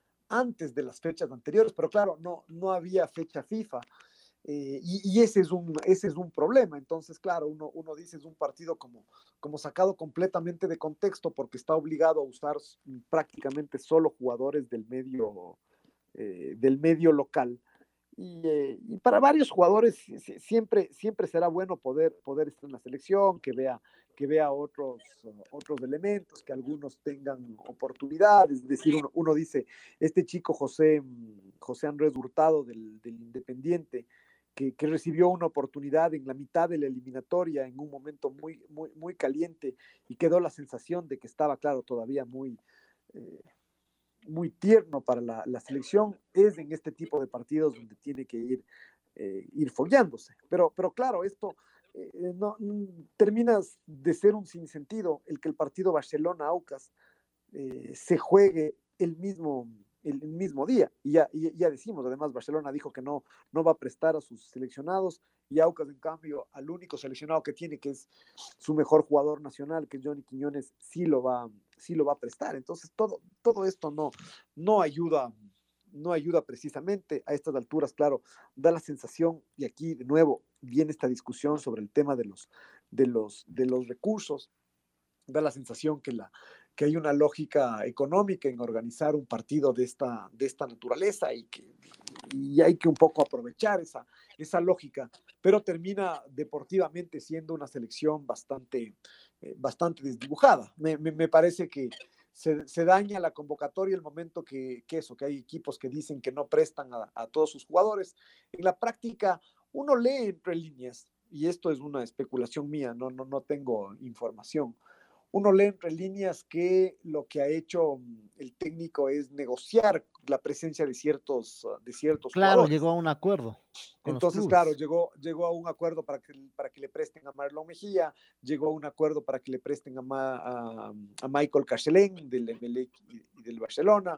E: antes de las fechas anteriores, pero claro, no, no había fecha FIFA eh, y, y ese, es un, ese es un problema. Entonces, claro, uno, uno dice es un partido como, como sacado completamente de contexto porque está obligado a usar prácticamente solo jugadores del medio, eh, del medio local. Y, eh, y para varios jugadores siempre, siempre será bueno poder, poder estar en la selección, que vea, que vea otros, uh, otros elementos, que algunos tengan oportunidades. Es decir, uno, uno dice, este chico José, José Andrés Hurtado del, del Independiente, que, que recibió una oportunidad en la mitad de la eliminatoria, en un momento muy, muy, muy caliente, y quedó la sensación de que estaba, claro, todavía muy... Eh, muy tierno para la, la selección, es en este tipo de partidos donde tiene que ir, eh, ir fogueándose. Pero, pero claro, esto eh, no, termina de ser un sinsentido el que el partido Barcelona-Aucas eh, se juegue el mismo, el, el mismo día. Y ya, y ya decimos, además, Barcelona dijo que no, no va a prestar a sus seleccionados, y Aucas, en cambio, al único seleccionado que tiene, que es su mejor jugador nacional, que es Johnny Quiñones, sí lo va, sí lo va a prestar. Entonces, todo, todo esto no, no ayuda, no ayuda precisamente a estas alturas. Claro, da la sensación, y aquí de nuevo viene esta discusión sobre el tema de los, de los, de los recursos, da la sensación que, la, que hay una lógica económica en organizar un partido de esta, de esta naturaleza, y que y hay que un poco aprovechar esa, esa lógica, pero termina deportivamente siendo una selección bastante, eh, bastante desdibujada. Me, me, me parece que se, se daña la convocatoria el momento que, que eso, que hay equipos que dicen que no prestan a, a todos sus jugadores. En la práctica, uno lee entre líneas, y esto es una especulación mía, no, no, no tengo información. Uno lee entre líneas que lo que ha hecho el técnico es negociar la presencia de ciertos, de ciertos
G: claro,
E: jugadores.
G: Llegó a un acuerdo.
E: Entonces, claro, llegó, llegó a un acuerdo para que, para que le presten a Marlon Mejía, llegó a un acuerdo para que le presten a, Ma, a, a Michael Cachelén del Emelec y del Barcelona.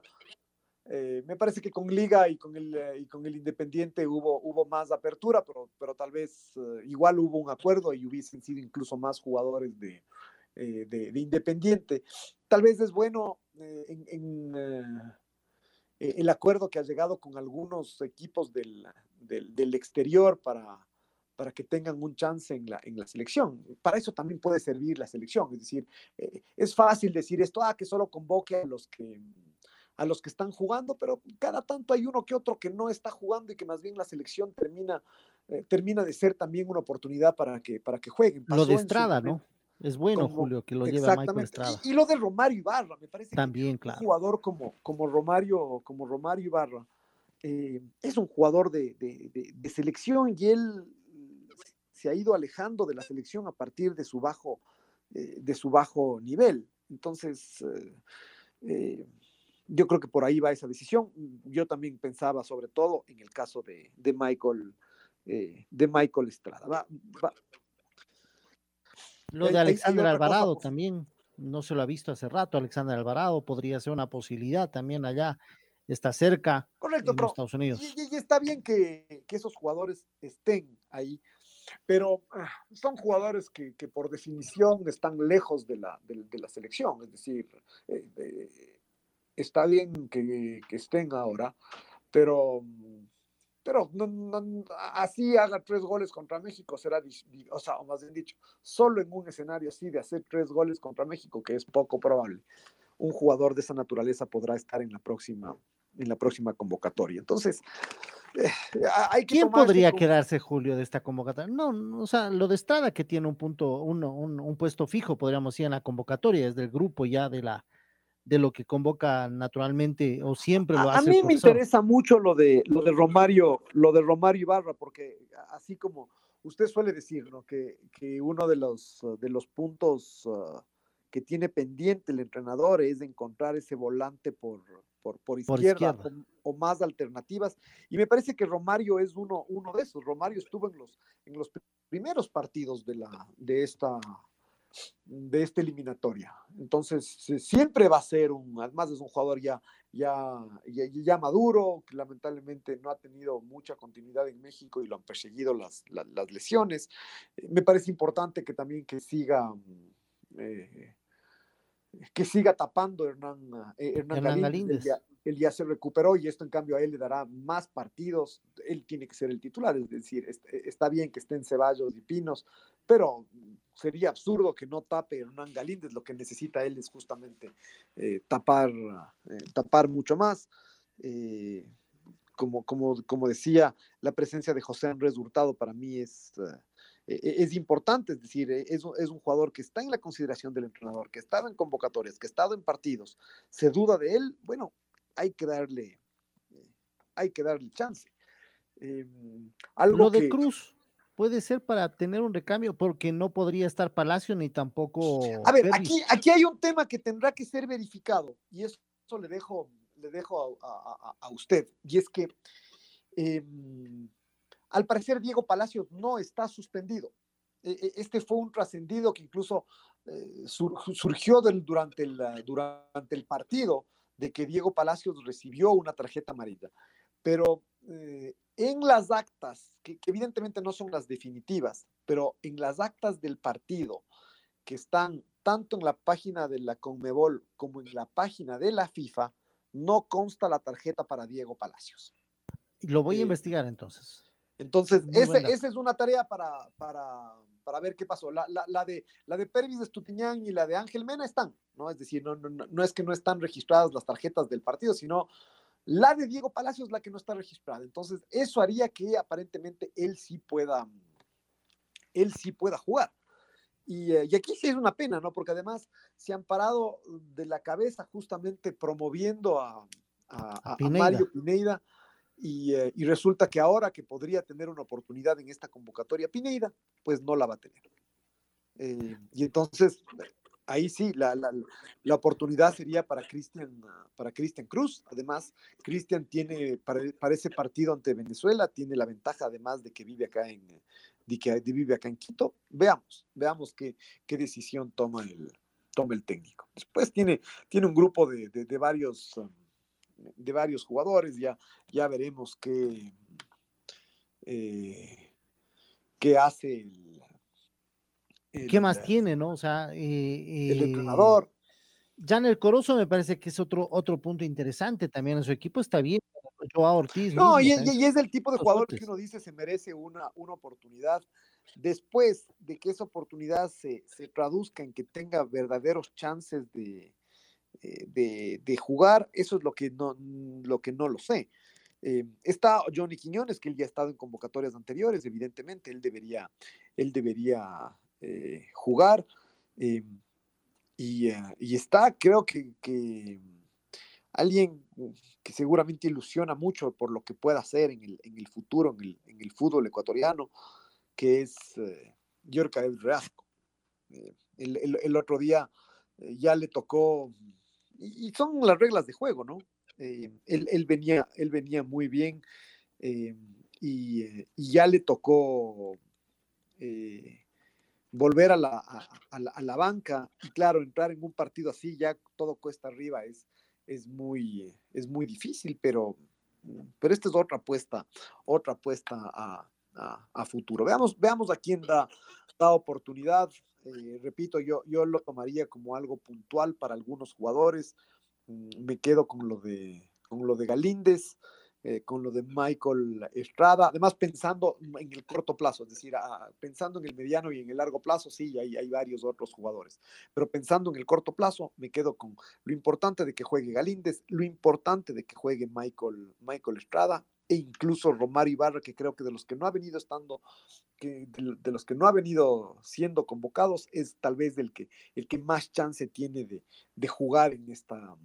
E: Eh, me parece que con Liga y con el, y con el Independiente hubo, hubo más apertura, pero, pero tal vez uh, igual hubo un acuerdo y hubiesen sido incluso más jugadores de... Eh, de, de Independiente. Tal vez es bueno eh, en, en uh, el acuerdo que ha llegado con algunos equipos del, del, del exterior para, para que tengan un chance en la, en la selección. Para eso también puede servir la selección. Es decir, eh, es fácil decir esto, ah, que solo convoque a los que a los que están jugando, pero cada tanto hay uno que otro que no está jugando y que más bien la selección termina, eh, termina de ser también una oportunidad para que, para que jueguen.
G: Pasó lo de Estrada, ¿no? Es bueno, como, Julio, que lo lleve a Michael Estrada.
E: Y, y lo de Romario Ibarra, me parece
G: también,
E: que
G: claro.
E: un jugador como, como, Romario, como Romario Ibarra eh, es un jugador de, de, de, de selección y él se ha ido alejando de la selección a partir de su bajo, eh, de su bajo nivel. Entonces, eh, eh, yo creo que por ahí va esa decisión. Yo también pensaba sobre todo en el caso de, de Michael eh, de Michael Estrada. Va, va.
G: Lo de Alexander Alvarado cosa, también, no se lo ha visto hace rato. Alexander Alvarado podría ser una posibilidad también allá, está cerca.
E: Correcto,
G: en
E: pero,
G: los Estados Unidos.
E: Y, y está bien que, que esos jugadores estén ahí, pero ah, son jugadores que, que por definición están lejos de la, de, de la selección, es decir, eh, eh, está bien que, que estén ahora, pero, pero no, no, así haga tres goles contra México, será, o sea, o más bien dicho, solo en un escenario así de hacer tres goles contra México, que es poco probable, un jugador de esa naturaleza podrá estar en la próxima, en la próxima convocatoria. Entonces, eh, hay que
G: ¿quién podría
E: con...
G: quedarse, Julio, de esta convocatoria? No, no, o sea, lo de Estrada, que tiene un punto, uno, un, un puesto fijo, podríamos decir, en la convocatoria, es del grupo ya de la de lo que convoca naturalmente o siempre lo
E: a,
G: hace
E: a mí
G: el
E: me interesa mucho lo de lo de Romario, lo de Romario Ibarra, porque así como usted suele decir, ¿no? que, que uno de los de los puntos uh, que tiene pendiente el entrenador es de encontrar ese volante por, por, por izquierda,
G: por izquierda.
E: O, o más alternativas, y me parece que Romario es uno, uno de esos. Romario estuvo en los, en los primeros partidos de, la, de esta de esta eliminatoria. Entonces, siempre va a ser un, además es un jugador ya, ya, ya, ya maduro, que lamentablemente no ha tenido mucha continuidad en México y lo han perseguido las, las, las lesiones. Eh, me parece importante que también que siga, eh, que siga tapando Hernán, eh, Hernán, Hernán Galíndez. Galíndez. Él, ya, él ya se recuperó y esto en cambio a él le dará más partidos. Él tiene que ser el titular, es decir, está bien que estén Ceballos y Pinos, pero sería absurdo que no tape Hernán Galíndez. Lo que necesita él es justamente eh, tapar, eh, tapar mucho más. Eh, como, como, como decía, la presencia de José Andrés Hurtado para mí es, uh, es importante, es decir, es, es un jugador que está en la consideración del entrenador, que ha estado en convocatorias, que ha estado en partidos. Se duda de él, bueno, hay que darle, eh, hay que darle chance. Eh, algo
G: Lo de
E: que,
G: Cruz puede ser para tener un recambio, porque no podría estar Palacio ni tampoco.
E: A ver, aquí, aquí hay un tema que tendrá que ser verificado, y eso, eso le dejo, le dejo a, a, a usted, y es que eh, al parecer Diego Palacios no está suspendido. Este fue un trascendido que incluso eh, sur, surgió del, durante, el, durante el partido, de que Diego Palacios recibió una tarjeta amarilla. Pero eh, en las actas, que, que evidentemente no son las definitivas, pero en las actas del partido, que están tanto en la página de la Conmebol como en la página de la FIFA, no consta la tarjeta para Diego Palacios.
G: Lo voy
E: eh,
G: a investigar entonces.
E: Entonces, ese, esa es una tarea para, para, para ver qué pasó. La, la, la de, la de Pervis de Estupiñán y la de Ángel Mena están, ¿no? Es decir, no, no, no es que no están registradas las tarjetas del partido, sino la de Diego Palacios es la que no está registrada. Entonces, eso haría que aparentemente él sí pueda, él sí pueda jugar. Y, eh, y aquí sí es una pena, ¿no? Porque además se han parado de la cabeza justamente promoviendo a, a, a, a Mario Pineda. Y, eh, y resulta que ahora que podría tener una oportunidad en esta convocatoria Pineda, pues no la va a tener. Eh, y entonces, ahí sí, la, la, la oportunidad sería para Cristian para Cristian Cruz. Además, Cristian tiene, para, para ese partido ante Venezuela, tiene la ventaja además de que vive acá en, de que vive acá en Quito. Veamos, veamos qué, qué decisión toma el, toma el técnico. Después tiene, tiene un grupo de, de, de varios... Um, de varios jugadores, ya, ya veremos qué, eh, qué hace el,
G: el, ¿Qué más tiene, no? O sea, eh,
E: el entrenador.
G: Jan El Corozo me parece que es otro, otro punto interesante también en su equipo, está bien. Joao Ortiz
E: no,
G: mismo,
E: y, y es el tipo de jugador que uno dice se merece una, una oportunidad. Después de que esa oportunidad se, se traduzca en que tenga verdaderos chances de De, de jugar, eso es lo que no lo que no lo sé. Eh, está Johnny Quiñones, que él ya ha estado en convocatorias anteriores, evidentemente, él debería, él debería eh, jugar. Eh, y, uh, y está, creo que, que alguien que seguramente ilusiona mucho por lo que pueda hacer en el, en el futuro, en el, en el fútbol ecuatoriano, que es eh, Yorka Reasco. Eh, el, el, el otro día eh, ya le tocó, y, y son las reglas de juego, ¿no? Eh, él, él, venía, él venía muy bien eh, y, eh, y ya le tocó eh, volver a la, a, a, la, a la banca, y claro, entrar en un partido así, ya todo cuesta arriba, es, es, muy, es muy difícil, pero, pero esta es otra apuesta, otra apuesta a, a, a futuro. Veamos, veamos a quién da, da oportunidad. Eh, repito, yo, yo lo tomaría como algo puntual para algunos jugadores. Me quedo con lo de, con lo de Galíndez, eh, con lo de Michael Estrada, además pensando en el corto plazo, es decir, a, pensando en el mediano y en el largo plazo, sí, hay, hay varios otros jugadores, pero pensando en el corto plazo, me quedo con lo importante de que juegue Galíndez, lo importante de que juegue Michael, Michael Estrada, e incluso Romario Ibarra, que creo que de los que no ha venido estando, que de, de los que no ha venido siendo convocados, es tal vez el que, el que más chance tiene de, de jugar en esta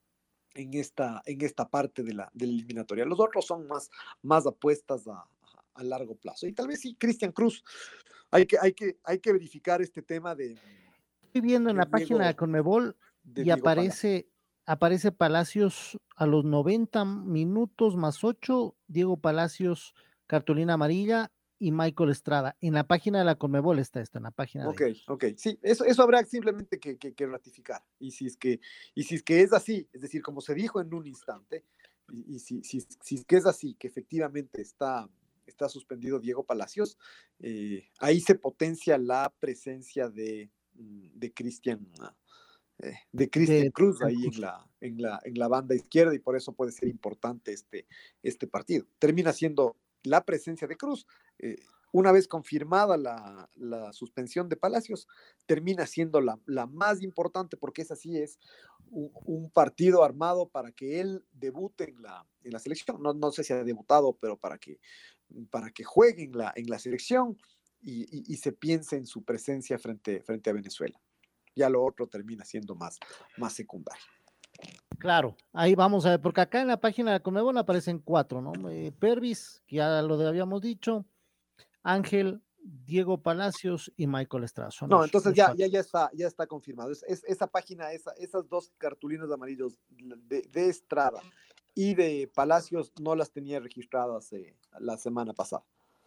E: en esta, en esta parte de la, de la eliminatoria. Los otros son más, más apuestas a, a, a largo plazo. Y tal vez sí, Cristian Cruz. Hay que, hay, que, hay que verificar este tema de...
G: Estoy viendo en la Diego, página de Conmebol de y Diego aparece, Palacios. aparece Palacios a los noventa minutos más ocho, Diego Palacios, cartulina amarilla, y Michael Estrada. En la página de la Conmebol está esto, en la página
E: Ok,
G: de...
E: ok. Sí, eso, eso habrá simplemente que, que, que ratificar. Y si, es que, y si es que es así, es decir, como se dijo en un instante, y, y si, si, si es que es así, que efectivamente está, está suspendido Diego Palacios, eh, ahí se potencia la presencia de, de Cristian eh, de Cristian Cruz ahí en la, en, la, en la banda izquierda, y por eso puede ser importante este, este partido. Termina siendo la presencia de Cruz. Eh, una vez confirmada la, la, suspensión de Palacios, termina siendo la, la más importante, porque es así, es un, un, partido armado para que él debute en la, en la selección. No, no sé si ha debutado, pero para que, para que juegue en la, en la selección y, y, y se piense en su presencia frente, frente a Venezuela. Ya lo otro termina siendo más, más secundario.
G: Claro, ahí vamos a ver, porque acá en la página de Conmebol aparecen cuatro, ¿no? Eh, Pervis, que ya lo habíamos dicho, Ángel, Diego Palacios y Michael Estrada.
E: No, los, entonces los ya, ya, ya, está, ya está confirmado. Es, es, esa página, esa, esas dos cartulinas amarillos de, de Estrada y de Palacios no las tenía registradas eh, la semana pasada.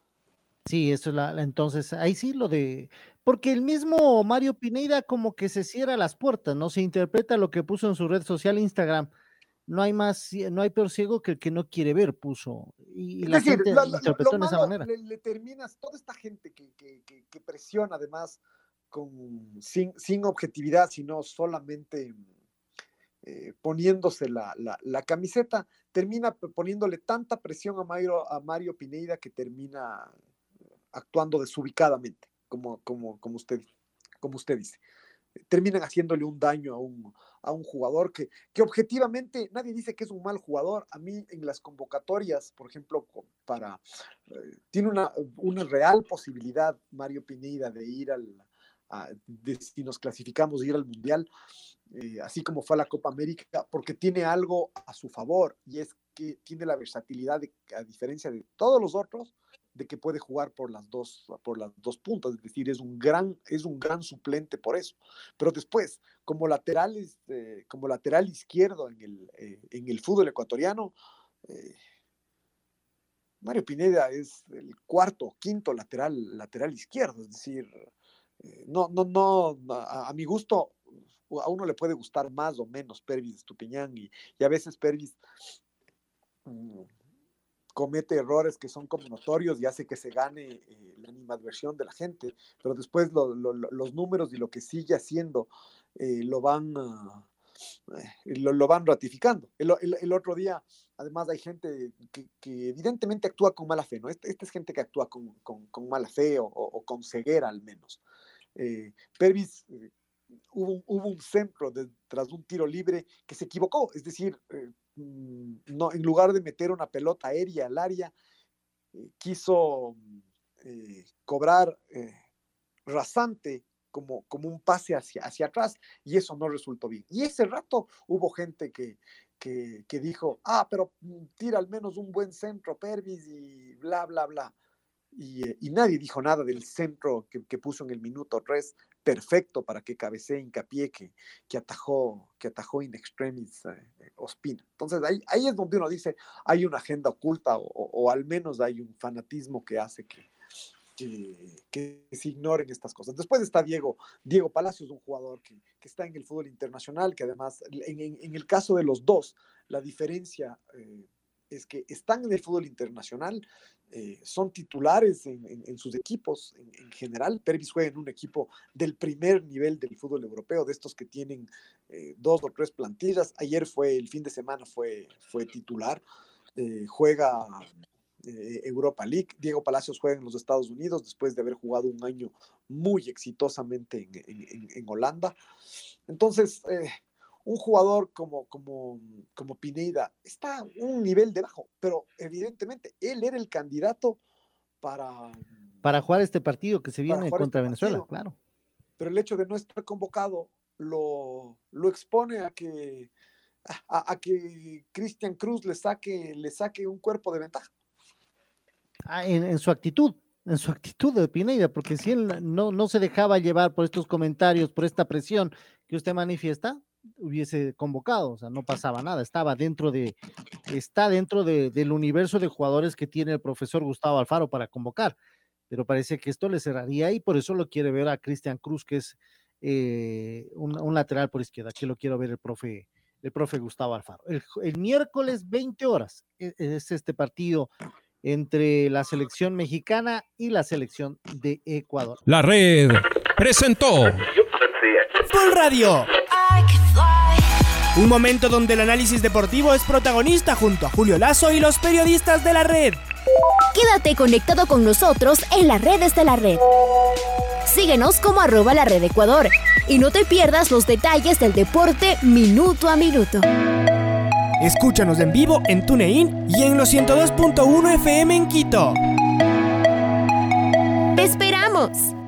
G: Sí, eso es la, entonces, ahí sí lo de, porque el mismo Mario Pineda como que se cierra las puertas, ¿no? Se interpreta lo que puso en su red social Instagram. No hay más, no hay peor ciego que el que no quiere ver, puso. Y, y la decir, gente lo, lo, interpretó lo, lo en esa manera.
E: Le, le terminas, toda esta gente que, que, que, que presiona además con, sin, sin objetividad, sino solamente eh, poniéndose la, la, la camiseta, termina poniéndole tanta presión a Mario, a Mario Pineda que termina actuando desubicadamente, como, como, como, usted, como usted dice. Terminan haciéndole un daño a un, a un jugador que, que objetivamente nadie dice que es un mal jugador. A mí en las convocatorias, por ejemplo, para eh, tiene una, una real posibilidad Mario Pineda de ir al, a, de, si nos clasificamos, de ir al Mundial, eh, así como fue a la Copa América, porque tiene algo a su favor, y es que tiene la versatilidad, de, a diferencia de todos los otros, de que puede jugar por las dos, por las dos puntas, es decir, es un gran, es un gran suplente por eso. Pero después, como lateral, eh, como lateral izquierdo en el, eh, en el fútbol ecuatoriano, eh, Mario Pineda es el cuarto o quinto lateral, lateral izquierdo, es decir, eh, no, no, no, a, a mi gusto, a uno le puede gustar más o menos Pervis Estupiñán, y, y a veces Pervis mmm, comete errores que son como notorios y hace que se gane eh, la animadversión de la gente, pero después lo, lo, los números y lo que sigue haciendo eh, lo van uh, eh, lo, lo van ratificando. El, el, el otro día, además, hay gente que, que evidentemente actúa con mala fe, ¿no? Esta este es gente que actúa con, con, con mala fe o, o, o con ceguera al menos. Eh, Pervis eh, hubo, hubo un centro de, tras un tiro libre que se equivocó, es decir, eh, no, en lugar de meter una pelota aérea al área, eh, quiso eh, cobrar eh, rasante como, como un pase hacia, hacia atrás, y eso no resultó bien. Y ese rato hubo gente que, que, que dijo, ah, pero tira al menos un buen centro, Pervis, y bla, bla, bla. Y, y nadie dijo nada del centro que, que puso en el minuto tres, perfecto para que cabecee Hincapié, que, que atajó, que atajó in extremis eh, Ospina. Entonces ahí, ahí es donde uno dice, hay una agenda oculta, o, o al menos hay un fanatismo que hace que, que, que se ignoren estas cosas. Después está Diego, Diego Palacios, un jugador que, que está en el fútbol internacional, que además, en, en, en el caso de los dos, la diferencia eh, es que están en el fútbol internacional, eh, son titulares en, en, en sus equipos en, en general. Pervis juega en un equipo del primer nivel del fútbol europeo, de estos que tienen eh, dos o tres plantillas. Ayer fue, el fin de semana fue, fue titular, eh, juega eh, Europa League. Diego Palacios juega en los Estados Unidos después de haber jugado un año muy exitosamente en, en, en, en Holanda. Entonces, eh, un jugador como, como, como Pineda está a un nivel debajo, pero evidentemente él era el candidato para...
G: Para jugar este partido que se viene contra este Venezuela, partido. Claro.
E: Pero el hecho de no estar convocado lo, lo expone a que, a, a que Cristian Cruz le saque, le saque un cuerpo de ventaja.
G: Ah, en, en su actitud, en su actitud de Pineda, porque si él no, no se dejaba llevar por estos comentarios, por esta presión que usted manifiesta, hubiese convocado, o sea, no pasaba nada, estaba dentro de, está dentro de, del universo de jugadores que tiene el profesor Gustavo Alfaro para convocar, pero parece que esto le cerraría y por eso lo quiere ver a Cristian Cruz, que es eh, un, un lateral por izquierda, que lo quiero ver el profe, el profe Gustavo Alfaro. El, el miércoles veinte horas es, es este partido entre la selección mexicana y la selección de Ecuador.
B: La Red presentó
D: Fútbol Radio, un momento donde el análisis deportivo es protagonista junto a Julio Lazo y los periodistas de La Red.
A: Quédate conectado con nosotros en las redes de La Red. Síguenos como arroba La Red Ecuador y no te pierdas los detalles del deporte minuto a minuto.
D: Escúchanos en vivo en TuneIn y en los ciento dos punto uno F M en Quito.
A: ¡Te esperamos!